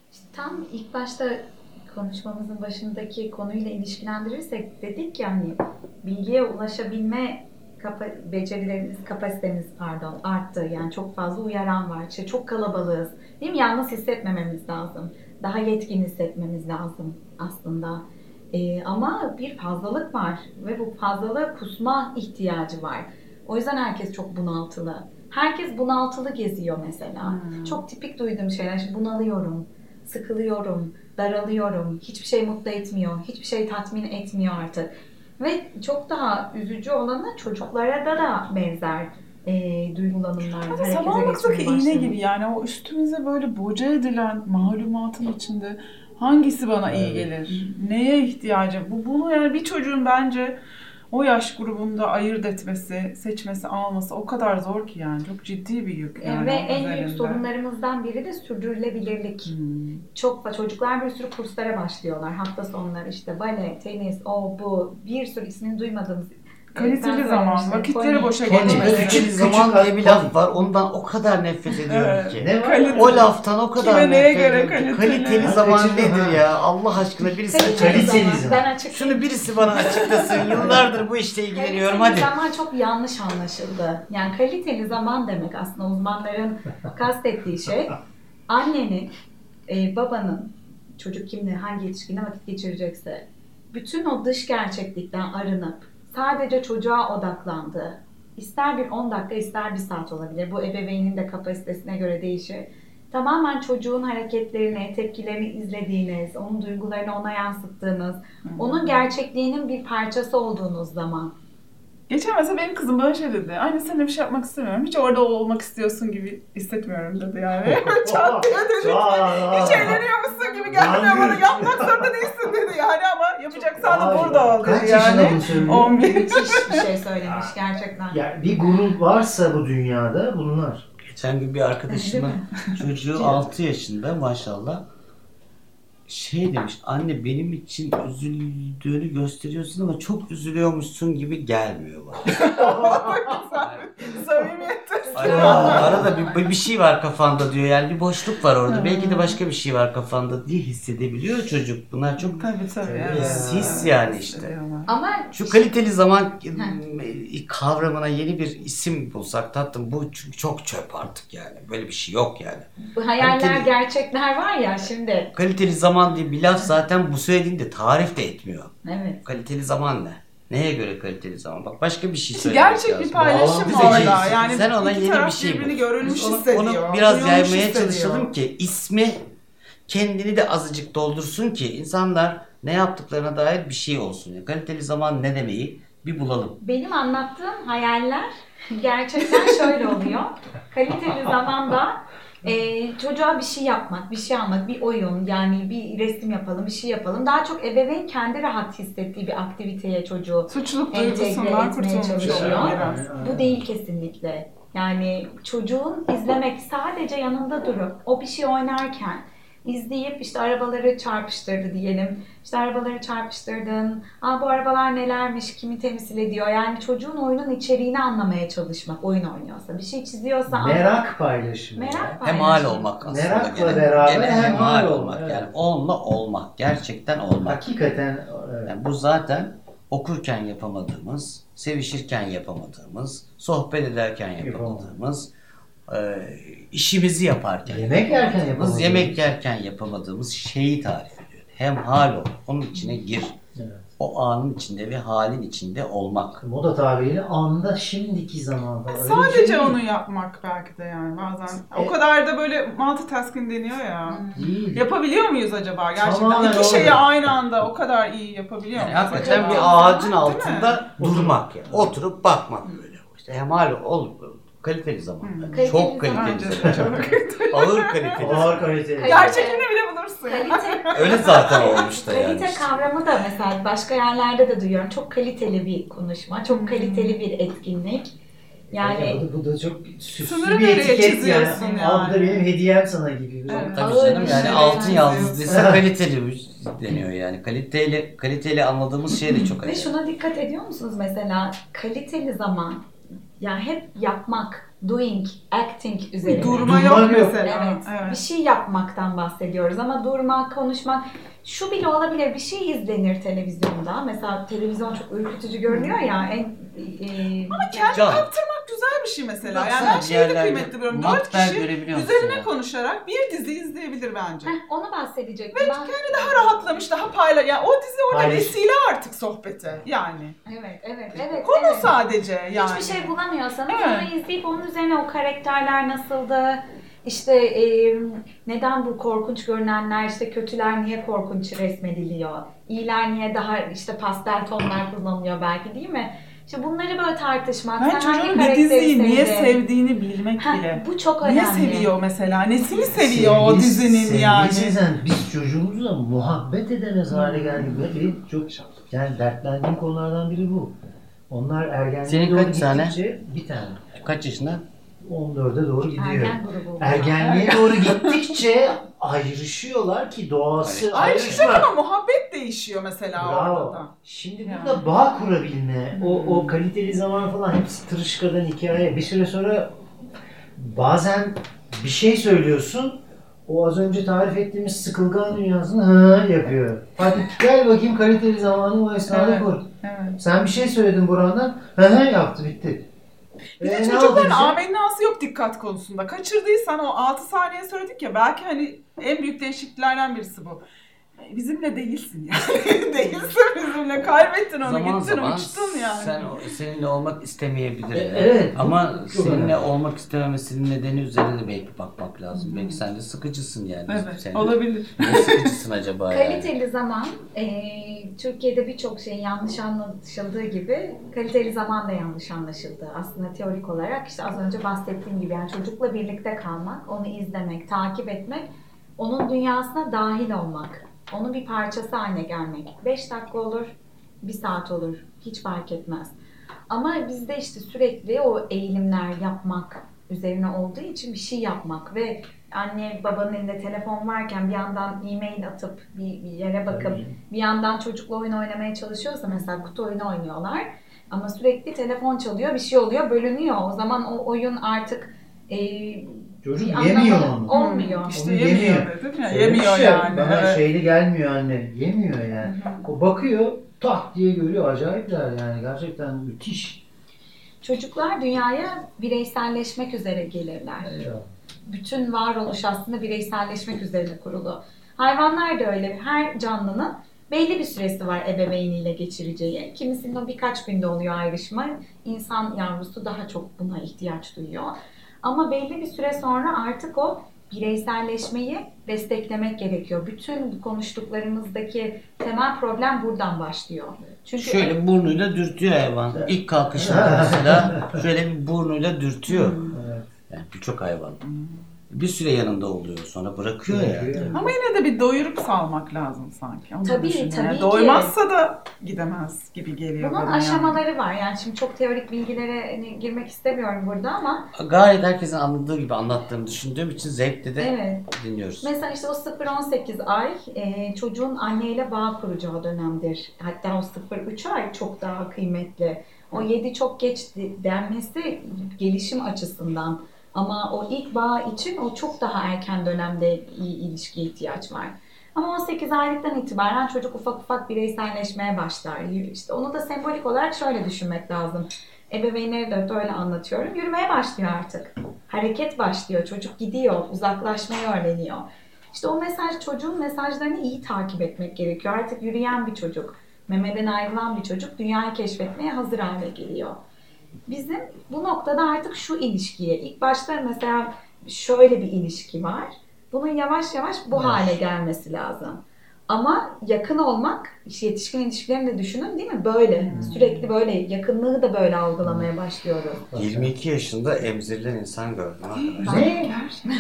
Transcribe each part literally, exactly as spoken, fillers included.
İşte tam ilk başta konuşmamızın başındaki konuyla ilişkilendirirsek dedik ya hani bilgiye ulaşabilme kapa- becerilerimiz, kapasitemiz pardon arttı. Yani çok fazla uyaran var. İşte çok kalabalığız. Değil mi? Yalnız hissetmememiz lazım. Daha yetkin hissetmemiz lazım aslında. Ee, ama bir fazlalık var ve bu fazlalığa kusma ihtiyacı var. O yüzden herkes çok bunaltılı. Herkes bunaltılı geziyor mesela. Hmm. Çok tipik duyduğum şeyler. İşte bunalıyorum, sıkılıyorum, daralıyorum. Hiçbir şey mutlu etmiyor, hiçbir şey tatmin etmiyor artık. Ve çok daha üzücü olanı çocuklara da da benzer e, duygulanımlar, Ama harekete samanlıktaki geçmeye iğne başladı. gibi yani o üstümüze böyle boca edilen malumatın içinde hangisi bana iyi Evet. gelir? Neye ihtiyacım? Bu bunu yani bir çocuğun bence o yaş grubunda ayırt etmesi, seçmesi, alması o kadar zor ki yani çok ciddi bir yük E, yani Ve onun en büyük üzerinde. sorunlarımızdan biri de sürdürülebilirlik. Hmm. Çok fa- çocuklar bir sürü kurslara başlıyorlar. Hafta sonları işte bale, tenis, o bu bir sürü ismini duymadığımız. Kaliteli Ben zaman, söylemiştim, vakitleri Tony. boşa Tony, geçmesi. küçük- Küçük zaman küçük- diye bir laf var. Ondan o kadar nefret ediyorum Evet. ki. Ne var? Kalite- O laftan o kadar Kime, neye nefret göre ediyorum ki. kaliteli? Kaliteli Ha, zaman kaçırdım nedir ha. ya? Allah aşkına birisi Kaliteli Kaliteli zaman. zaman. Ben açık Şunu birisi bana açıklasın. Yıllardır bu işle ilgileniyorum. Hadi. Kaliteli zaman çok yanlış anlaşıldı. Yani kaliteli zaman demek aslında uzmanların kastettiği şey annenin, e, babanın, çocuk kimle, hangi yetişkinle vakit geçirecekse bütün o dış gerçeklikten arınıp sadece çocuğa odaklandığı, ister bir on dakika ister bir saat olabilir. Bu ebeveynin de kapasitesine göre değişir. Tamamen çocuğun hareketlerini, tepkilerini izlediğiniz, onun duygularını ona yansıttığınız, onun gerçekliğinin bir parçası olduğunuz zaman. Geçen mesela benim kızım bana şey dedi. Anne seninle bir şey yapmak istemiyorum. Hiç orada olmak istiyorsun gibi hissetmiyorum dedi yani. Çat diye dedi. Hiç eğleniyormuşsun gibi gelmiyor bana. Yapmak zorunda değilsin dedi yani ama yapacaksan da burada ol dedi Kaç yaşında yani. bunu söylüyor? on bir. Müthiş bir şey söylemiş gerçekten. Ya bir grup varsa bu dünyada bunlar. Geçen gün bir arkadaşımın çocuğu altı yaşında maşallah şey demiş, anne benim için üzüldüğünü gösteriyorsun ama çok üzülüyormuşsun gibi gelmiyor bana. Samimiyettir. Arada, arada bir, bir şey var kafanda diyor, yani bir boşluk var orada. Hmm. Belki de başka bir şey var kafanda diye hissedebiliyor çocuk. Bunlar çok Tabii tabii. Tabii. Evet. his, his yani işte. Hissediyorlar. Ama Şu kaliteli zaman e, kavramına yeni bir isim bulsak tatlım, bu çünkü çok çöp artık yani. Böyle bir şey yok yani. bu hayaller, Kaliteli- gerçekler var ya şimdi. Kaliteli zaman diye bir laf zaten bu söylediğinde tarif de etmiyor. Evet. Kaliteli zaman ne? Neye göre kaliteli zaman? Bak başka bir şey söylemek Gerçek lazım. bir paylaşım Bağlantı orada. seçicisi. Yani Sen ona iki yeni taraf bir şey birbirini bul. görülmüş Biz onu, hissediyor. onu biraz duyulmuş yaymaya hissediyor. çalışalım ki ismi kendini de azıcık doldursun ki insanlar ne yaptıklarına dair bir şey olsun. Yani kaliteli zaman ne demeyi bir bulalım. Benim anlattığım hayaller gerçekten şöyle oluyor. Kaliteli zamanda e, çocuğa bir şey yapmak, bir şey almak, bir oyun, yani bir resim yapalım, bir şey yapalım. Daha çok ebeveyn kendi rahat hissettiği bir aktiviteye çocuğu Suçluluk entegre duygusundan etmeye kurtulmuş çalışıyor. oluyor biraz. Bu değil kesinlikle. Yani çocuğun izlemek, sadece yanında durup o bir şey oynarken izleyip işte arabaları çarpıştırdı diyelim. İşte arabaları çarpıştırdın. Aa, bu arabalar nelermiş, kimi temsil ediyor? Yani çocuğun oyunun içeriğini anlamaya çalışmak. Oyun oynuyorsa, bir şey çiziyorsa Merak paylaşımı. Merak ya. paylaşımı. Hemal olmak aslında. Merakla gene. beraber Gene hemal hemal olmak, olmak. evet. Yani onunla olmak. Gerçekten olmak. Hakikaten evet. Yani bu zaten okurken yapamadığımız, sevişirken yapamadığımız, sohbet ederken yapamadığımız, e, işimizi yaparken Yemek yerken yapamadığımız, yapamadığımız. yemek yerken yapamadığımız şeyi tarif ediyor. Hemhal ol. Onun içine gir. Evet. O anın içinde ve halin içinde olmak. Moda tabiriyle anda şimdiki zaman falan. Öyle bir Sadece şey onu değil. yapmak belki de yani bazen. E- O kadar da böyle multitasking deniyor ya. Değil. Yapabiliyor muyuz acaba gerçekten? Tamamen İki şeyi orada. aynı anda o kadar iyi yapabiliyor Yani muyuz hakikaten acaba? bir ağacın Değil mi? altında durmak yani. Oturup bakmak böyle. İşte hemal ol. Kaliteli zaman. Hmm. Kaliteli Çok zaman. kaliteli Bence de zaman. çok. Ağır kaliteli. Ağır kaliteli. Gerçekini bile bulursun. Kalite, Öyle zaten olmuş da yani. kalite işte. kavramı da mesela başka yerlerde de duyuyorum. Çok kaliteli bir konuşma, çok kaliteli bir etkinlik. Yani Yani bu da, bu da çok süslü Sınırı bir nereye etiket yani. çiziyorsun yani? Aa, bu da benim hediyem sana gibi. Evet. Tabii Ağır canım bir yani şey altın yani. yaldızlıysa kaliteli deniyor yani. Kaliteli kaliteli anladığımız şey de çok ve önemli. şuna dikkat ediyor musunuz mesela kaliteli zaman, yani hep yapmak, doing, acting üzerine. Durma Durma yok yok. mesela. Evet, bir şey yapmaktan bahsediyoruz ama durmak, konuşmak, şu bile olabilir. Bir şey izlenir televizyonda. Mesela televizyon çok ürkütücü görünüyor ya. En, e, Ama kendini Can. kaptırmak güzel bir şey mesela. Bak Yani sana ben bir şeyi de yerlerde kıymetli buluyorum. Dört makber kişi görebiliyor musun üzerine ya? konuşarak bir dizi izleyebilir bence. heh, onu bahsedecektim. Ben, Daha rahatlamış, daha payla. Yani o dizi orada Paylaş. vesile artık sohbete. Yani. evet, evet, evet. Konu evet. sadece yani. Hiçbir şey bulamıyorsanız Evet. onu izleyip onun üzerine o karakterler nasıldı? İşte e, neden bu korkunç görünenler, işte kötüler niye korkunç resmediliyor? İyiler niye daha işte pastel tonlar kullanılıyor belki, değil mi? İşte bunları böyle tartışmak. Ben sen hangi çocuğun bir karakteri diziyi niye sevdin? sevdiğini bilmek Ha, bile. bu çok Niye önemli. seviyor mesela? Nesini seviyor o Sevgili- dizinin sevgili yani? Sezen, biz çocuğumuzla muhabbet edemez hale geldik. Ve benim çok yani dertlendiğim konulardan biri bu. Onlar ergenliğe Senin doğru kaç tane? gittikçe bir tane. Kaç yaşında? on dörde doğru gidiyor. Ergen grubu. Ergenliğe doğru gittikçe ayrışıyorlar ki doğası Ayrışacak ayrışma. ama muhabbet değişiyor mesela orada Bravo. da. Şimdi Yani. burada bağ kurabilme, o, o kaliteli zaman falan hepsi tırışkadan hikaye. Bir süre sonra bazen bir şey söylüyorsun, o az önce tarif ettiğimiz sıkılgan dünyasını hı yapıyor. Hadi gel bakayım kaliteli zamanı o esnada Evet. kur. Evet. Sen bir şey söyledin Burhan'dan, hı hı yaptı bitti. Bir Ee, de ne çocukların oldu bize? amenası yok dikkat konusunda. Kaçırdıysan o altı saniye söyledik ya, belki hani en büyük değişikliklerden birisi bu. Bizimle değilsin yani. Değilsin bizimle. Kaybettin onu. Zaman Gittin zaman uçtun yani. sen o- seninle olmak istemeyebilir. E, yani. evet, bu Ama çok seninle önemli. olmak istememesinin nedeni üzerine de belki bakmak lazım. Belki sen de sıkıcısın yani. Evet, Sen olabilir. Niye sıkıcısın acaba yani? Kaliteli zaman, e, Türkiye'de birçok şey yanlış anlaşıldığı gibi kaliteli zaman da yanlış anlaşıldı. Aslında teorik olarak işte az önce bahsettiğim gibi yani çocukla birlikte kalmak, onu izlemek, takip etmek, onun dünyasına dahil olmak, onun bir parçası haline gelmek. Beş dakika olur, bir saat olur, hiç fark etmez. Ama bizde işte sürekli o eğilimler yapmak üzerine olduğu için bir şey yapmak ve anne babanın elinde telefon varken bir yandan e-mail atıp bir, bir yere bakıp bir yandan çocukla oyun oynamaya çalışıyorsa mesela kutu oyunu oynuyorlar ama sürekli telefon çalıyor, bir şey oluyor, bölünüyor. O zaman o oyun artık e, Çocuk bir yemiyor anlamı onu. olmuyor. İşte Onu yemiyor yemiyor. dedim ya. Söylemiş Yemiyor ya, yani. Bana Evet. şeyli gelmiyor anne. Yemiyor yani. O bakıyor, tak diye görüyor. Acayipler yani. Gerçekten müthiş. Çocuklar dünyaya bireyselleşmek üzere gelirler. Eyvallah. Bütün varoluş aslında bireyselleşmek üzerine kurulu. Hayvanlar da öyle. Her canlının belli bir süresi var ebeveyniyle geçireceği. Kimisinin o birkaç günde oluyor ayrışma. İnsan yavrusu daha çok buna ihtiyaç duyuyor. Ama belli bir süre sonra artık o bireyselleşmeyi desteklemek gerekiyor. Bütün bu konuştuklarımızdaki temel problem buradan başlıyor. Çünkü Şöyle burnuyla dürtüyor hayvan. İlk kalkışında mesela şöyle bir burnuyla dürtüyor. Evet. Yani birçok hayvan. Bir süre yanında oluyor, sonra bırakıyor ya. Bırakıyor. Ama yine de bir doyurup salmak lazım sanki. Onu Tabii, düşünüyorum. tabii Yani ki. Doymazsa da gidemez gibi geliyor bunun bana aşamaları yani. var. Yani şimdi çok teorik bilgilere hani girmek istemiyorum burada ama Gayet herkesin anladığı gibi anlattığımı düşündüğüm için zevkle de evet. dinliyoruz. Mesela işte o sıfır on sekiz ay e, çocuğun anneyle bağ kuracağı dönemdir. Hatta o sıfır üç ay çok daha kıymetli. O yedi çok geç denmesi gelişim açısından. Ama o ilk bağ için o çok daha erken dönemde iyi ilişkiye ihtiyaç var. Ama on sekiz aylıktan itibaren çocuk ufak ufak bireyselleşmeye başlar. İşte onu da sembolik olarak şöyle düşünmek lazım. Ebeveynlere de öyle anlatıyorum. Yürümeye başlıyor artık. Hareket başlıyor. Çocuk gidiyor. Uzaklaşmayı öğreniyor. İşte o mesaj, çocuğun mesajlarını iyi takip etmek gerekiyor. Artık yürüyen bir çocuk, memeden ayrılan bir çocuk dünyayı keşfetmeye hazır hale geliyor. Bizim bu noktada artık şu ilişkiye, ilk başta mesela şöyle bir ilişki var. Bunun yavaş yavaş bu Evet. hale gelmesi lazım. Ama yakın olmak, işte yetişkin ilişkilerini de düşünün değil mi? Böyle, Hmm. sürekli böyle, yakınlığı da böyle algılamaya başlıyoruz. yirmi iki yaşında emzirilen insan gördüm arkadaşlar. Ne?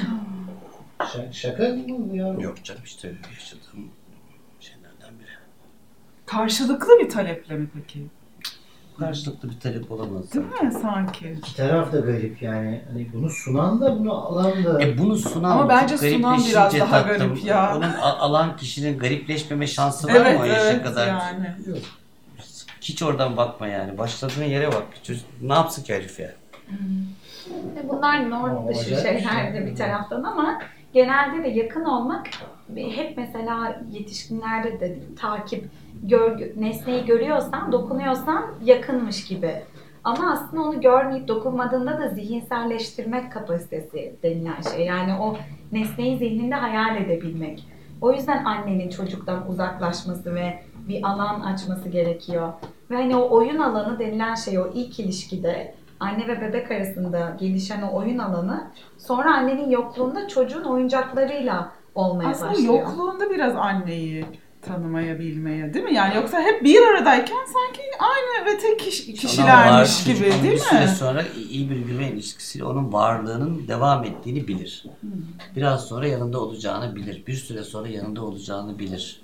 Ş- şaka mı bu ya? Yok canım, işte yaşadığım şeylerden biri. Karşılıklı bir taleple mi peki? Karşılıklı bir talep olamaz. Değil mi sanki? İki taraf da garip yani. Hani bunu sunan da bunu alan da. E bunu sunan Ama çok bence sunan garipleşince biraz daha tatlım, garip ya. Onun a- alan kişinin garipleşmeme şansı var Evet mı o yaşa evet kadar? yani. Yok. Hiç oradan bakma yani. Başladığın yere bak. Çocuk, ne yapsın ki herif ya? Bunlar norm dışı şeyler de bir taraftan ama genelde de yakın olmak hep mesela yetişkinlerde de takip, gör, nesneyi görüyorsan, dokunuyorsan yakınmış gibi. Ama aslında onu görmeyip dokunmadığında da zihinselleştirmek kapasitesi denilen şey. Yani o nesneyi zihninde hayal edebilmek. O yüzden annenin çocuktan uzaklaşması ve bir alan açması gerekiyor. Ve hani o oyun alanı denilen şey o ilk ilişkide anne ve bebek arasında gelişen o oyun alanı sonra annenin yokluğunda çocuğun oyuncaklarıyla olmaya Aslında başlıyor. yokluğunda biraz anneyi tanımaya, bilmeye değil mi? Yani yoksa hep bir aradayken sanki aynı ve tek kişi, kişilermiş gibi değil mi? Bir süre sonra iyi bir güven ilişkisiyle onun varlığının devam ettiğini bilir. Hmm. Biraz sonra yanında olacağını bilir. Bir süre sonra yanında olacağını bilir.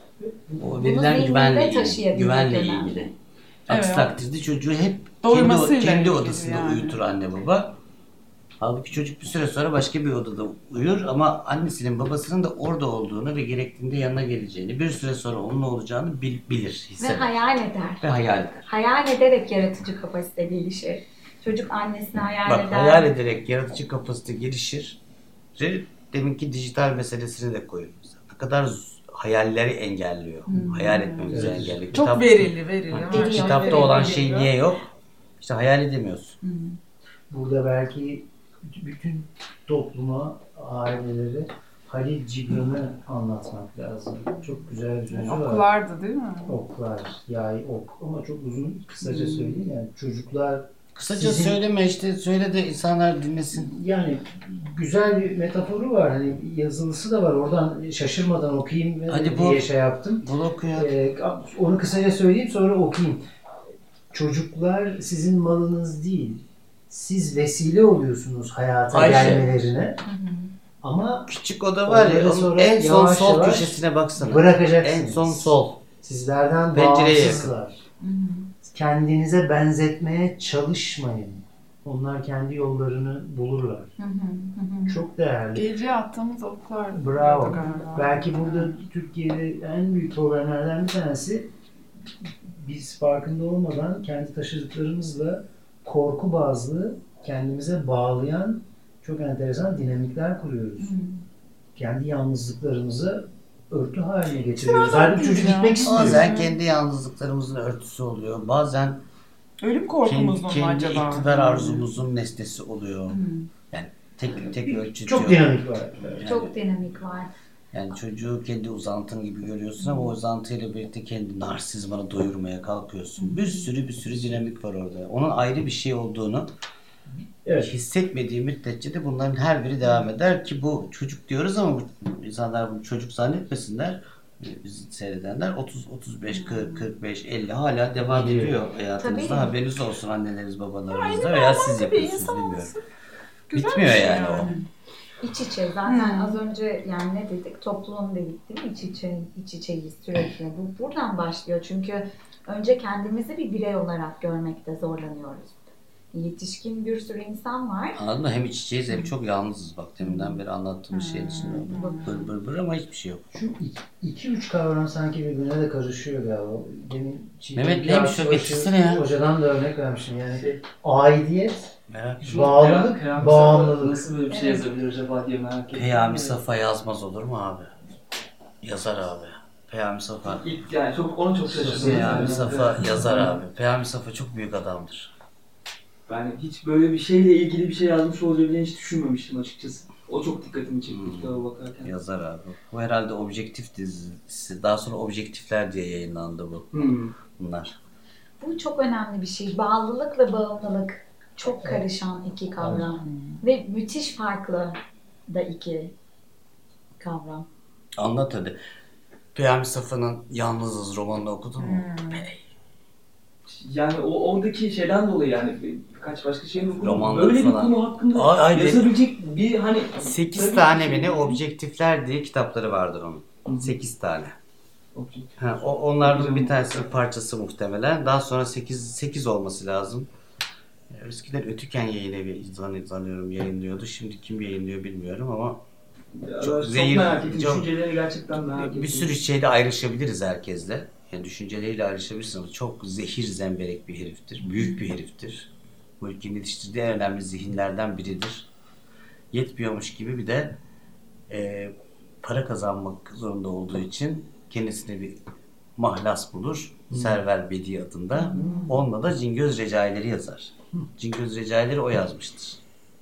O verilen güvenle ilgili. Güvenle ilgili. Aksi evet. takdirde çocuğu hep kendi, kendi odasında yani. Uyutur anne baba. Halbuki çocuk bir süre sonra başka bir odada uyur ama annesinin babasının da orada olduğunu ve gerektiğinde yanına geleceğini, bir süre sonra onunla olacağını bil, bilir, hisseder. Ve hayal eder. Ve hayal eder. Hayal ederek yaratıcı kapasite gelişir. Çocuk annesini hayal Bak, eder. Bak hayal ederek yaratıcı kapasite gelişir. Deminki dijital meselesini de koyun. Ne kadar hayalleri engelliyor. Hmm. Hayal etmemizi evet. engelliyor. Çok Kitap, verili, verili. Ha, kitapta verili, olan verili. Şey niye yok? İşte hayal edemiyorsun. Hmm. Burada belki bütün topluma, aileleri Halil Cibran'ı anlatmak lazım. Çok güzel bir sözü var. Oklardı değil mi? Oklar, yay, ok. Ama çok uzun, kısaca hmm. söyleyeyim. Yani çocuklar... Kısaca sizin, söyleme işte, söyle de insanlar dinlesin. Yani güzel bir metaforu var. Hani yazılısı da var. Oradan şaşırmadan okuyayım Hadi diye bu, şey yaptım. Bunu okuyalım. Ee, onu kısaca söyleyeyim sonra okuyayım. Çocuklar sizin malınız değil. Siz vesile oluyorsunuz hayata Ayşe. gelmelerine. Hı hı. Ama küçük oda var ya, onun en son yavaş sol yavaş köşesine baksana. Bırakacaksınız. En son sol. Sizlerden bağımsızlar. Kendinize benzetmeye çalışmayın. Onlar kendi yollarını bulurlar. Hı hı hı. Çok değerli. Gece attığımız oklar. Bravo. Belki burada Türkiye'de en büyük problemlerden bir tanesi biz farkında olmadan kendi taşıdıklarımızla korku bazlı kendimize bağlayan çok enteresan dinamikler kuruyoruz. Hmm. Kendi yalnızlıklarımızı örtü haline getiriyoruz. Halbuki çocuk gitmek istiyor. Bazen kendi yalnızlıklarımızın örtüsü oluyor. Bazen ölüm korkumuzun kendi, acaba? Kendi iktidar arzumuzun nesnesi oluyor. Hmm. Yani tek tek ölçütü çok dinamik var. Yani, çok dinamik var. Yani çocuğu kendi uzantın gibi görüyorsun ama o uzantıyla birlikte kendi narsizmanı doyurmaya kalkıyorsun. Bir sürü bir sürü dinamik var orada. Onun ayrı bir şey olduğunu evet. hissetmediği müddetçe de bunların her biri devam eder ki bu çocuk diyoruz ama insanlar bunu çocuk zannetmesinler. Bizi seyredenler otuz, otuz beş, kırk, kırk beş, elli hala devam ediyor hayatınızda. Tabii. Haberiniz olsun anneleriniz, babalarınızda veya siz yapıyorsunuz bilmiyorum. Bitmiyor yani, yani o. İç içe zaten hmm. az önce yani ne dedik toplum dedik değil mi iç içe iç içeyiz sürekli bu buradan başlıyor çünkü önce kendimizi bir birey olarak görmekte zorlanıyoruz. Yetişkin bir sürü insan var. Anladın mı? Hem iç içeyiz hem çok yalnızız bak deminden beri anlattığım hmm. şeyin içinde bır bır bır ama hiçbir şey yok. Şu iki üç kavram sanki birbirine de karışıyor galiba. Demin Mehmet neymiş o getirsene ya. Hocadan da örnek vermiştim yani aidiyet. Bağlılık, Peyami bağımlılık. Nasıl böyle bir şey evet. yazabilir acaba diye merak ettim. Peyami Safa yazmaz olur mu abi? Yazar abi. Peyami Safa. İlk yani çok onu çok şaşırdım. Peyami Safa yazar abi. Peyami Safa çok büyük adamdır. Ben hiç böyle bir şeyle ilgili bir şey yazmış olabileceğini hiç düşünmemiştim açıkçası. O çok dikkatimi çekti hmm. kitaba bakarken. Yazar abi. Bu herhalde objektif dizisi. Daha sonra objektifler diye yayınlandı bu. Hmm. Bunlar. Bu çok önemli bir şey. Bağlılık ve bağımlılık. Çok karışan iki kavram hmm. ve müthiş farklı da iki kavram. Anlat hadi. Peyami Safa'nın Yalnızız romanını okudun mu? Hmm. Yani o oradaki şeyden dolayı yani birkaç başka şeyin okudum. Romanları böyle falan. Bir konu hakkında ay, ay, yazabilecek bir hani sekiz tane mi ne objektifler diye kitapları vardır onun. sekiz tane. Ha, o onlardan bir tanesi parçası muhtemelen. Daha sonra sekiz sekiz olması lazım. Eskiden Ötüken Yayın Evi zannediyorum yayınlıyordu. Şimdi kim yayınlıyor bilmiyorum ama ya çok zehir, merak ettim. Çok, düşünceleri gerçekten merak ettim. Bir sürü şeyle ayrışabiliriz herkesle. Yani düşünceleriyle ayrışabilirsiniz ama çok zehir zemberek bir heriftir. Büyük bir heriftir. Bu ülkenin yetiştirdiği en önemli zihinlerden biridir. Yetmiyormuş gibi bir de e, para kazanmak zorunda olduğu için kendisine bir mahlas bulur. Hmm. Server Bedi adında. Hmm. Onunla da Cingöz Recaileri yazar. Hmm. Cingöz Recaileri o yazmıştır.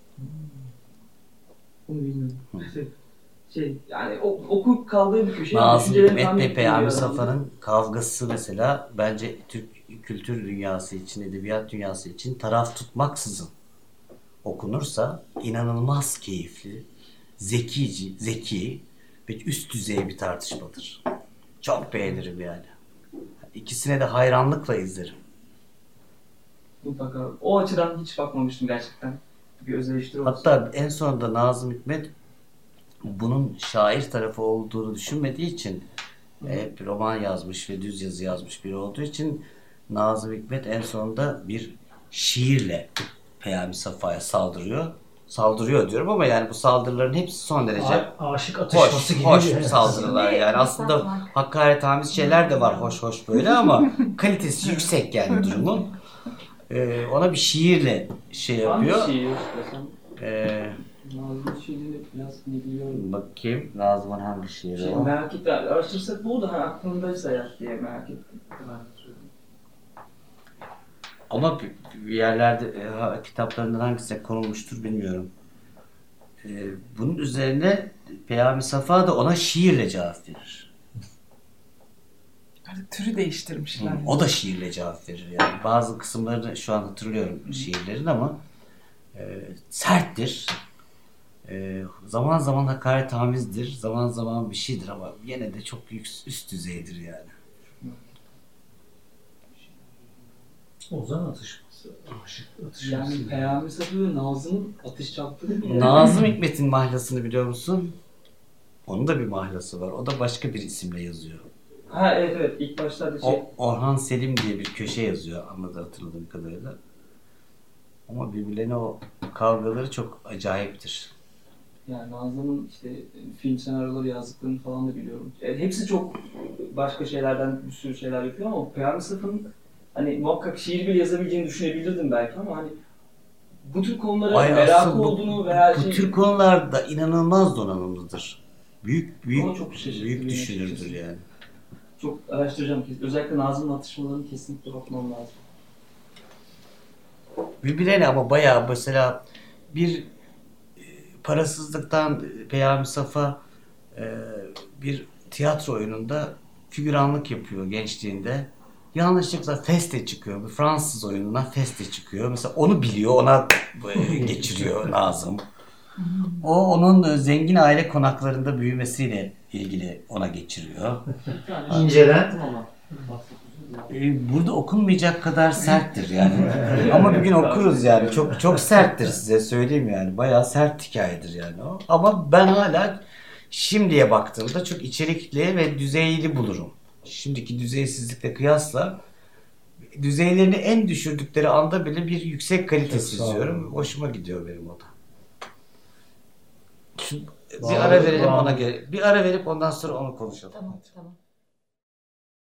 Onu bilmiyorum. Şey, şey, yani o, okuyup kaldığı bir köşe. Nazım Hikmet ve Peyami Safa'nın kavgası mesela bence Türk kültür dünyası için, edebiyat dünyası için taraf tutmaksızın okunursa inanılmaz keyifli, zekici, zeki ve üst düzey bir tartışmadır. Çok beğenirim yani. İkisine de hayranlıkla izlerim. Mutlaka. O açıdan hiç bakmamıştım gerçekten. Bir öz eleştiri olsun. Hatta en sonunda Nazım Hikmet bunun şair tarafı olduğunu düşünmediği için hep bir roman yazmış ve düz yazı yazmış biri olduğu için Nazım Hikmet en sonunda bir şiirle Peyami Safa'ya saldırıyor. Saldırıyor diyorum ama yani bu saldırıların hepsi son derece A- aşık atışması hoş, gibi. hoş Evet. saldırılar yani. Aslında hakaretamiz şeyler de var hoş hoş böyle ama kalitesi yüksek yani durumun. Ee, ona bir şiirle şey yapıyor. Hangi şiir desem? Ee, Nazım'ın şiirini biraz ne biliyorum. bakayım Nazım'ın hangi şiiri Şey, o? merak ettim. Araştırsak bu da ha, aklımdaysa eğer diye merak ettim. Ama bir, bir yerlerde e, kitaplarından hangisine konulmuştur bilmiyorum. E, bunun üzerine Peyami Safa da ona şiirle cevap verir. Böyle türü değiştirmişler. Hı, o da şiirle cevap verir yani. Bazı kısımlarını şu an hatırlıyorum şiirlerin ama e, serttir. E, zaman zaman hakaretamizdir, zaman zaman bir şeydir ama yine de çok üst, üst düzeydir yani. Ozan atışması. Aşık atışması. Yani Peyami Safa ve Nazım'ın atış çaptığı bir yer. Nazım Hikmet'in mahlasını biliyor musun? Onun da bir mahlası var. O da başka bir isimle yazıyor. Ha evet evet ilk başlarda şey. O, Orhan Selim diye bir köşe yazıyor anladı hatırladığım kadarıyla. Ama birbirlerine o kavgaları çok acayiptir. Yani Nazım'ın işte film senaryoları yazdıklarını falan da biliyorum. Yani hepsi çok başka şeylerden bir sürü şeyler yapıyor ama Peyami Safa'nın hani muhakkak şiir bile yazabileceğini düşünebilirdim belki ama hani bu tür konulara Ay merakı bu, olduğunu veya bu şey... tür konularda inanılmaz donanımlıdır. Büyük büyük çok büyük düşünürdür yani. Çok araştıracağım. Özellikle Nazım'ın atışmalarını kesinlikle bakmam lazım. Birbirlerine ama bayağı mesela bir parasızlıktan Peyami Safa bir tiyatro oyununda figüranlık yapıyor gençliğinde. Yanlışlıkla Feste çıkıyor. Bir Fransız oyunundan Feste çıkıyor. Mesela onu biliyor, ona geçiriyor Nazım. O onun zengin aile konaklarında büyümesiyle ilgili ona geçiriyor. İncelen. Burada okunmayacak kadar serttir yani. Ama bir gün okuruz yani. Çok çok serttir size söyleyeyim yani. Bayağı sert hikayedir yani o. Ama ben hala şimdiye baktığımda çok içerikli ve düzeyli bulurum. Şimdiki düzeysizlikle kıyasla düzeylerini en düşürdükleri anda bile bir yüksek kalite seziyorum. Hoşuma gidiyor benim o da. Şu, bir ara verelim ona göre. Bir ara verip ondan sonra onu konuşalım. Tamam, tamam.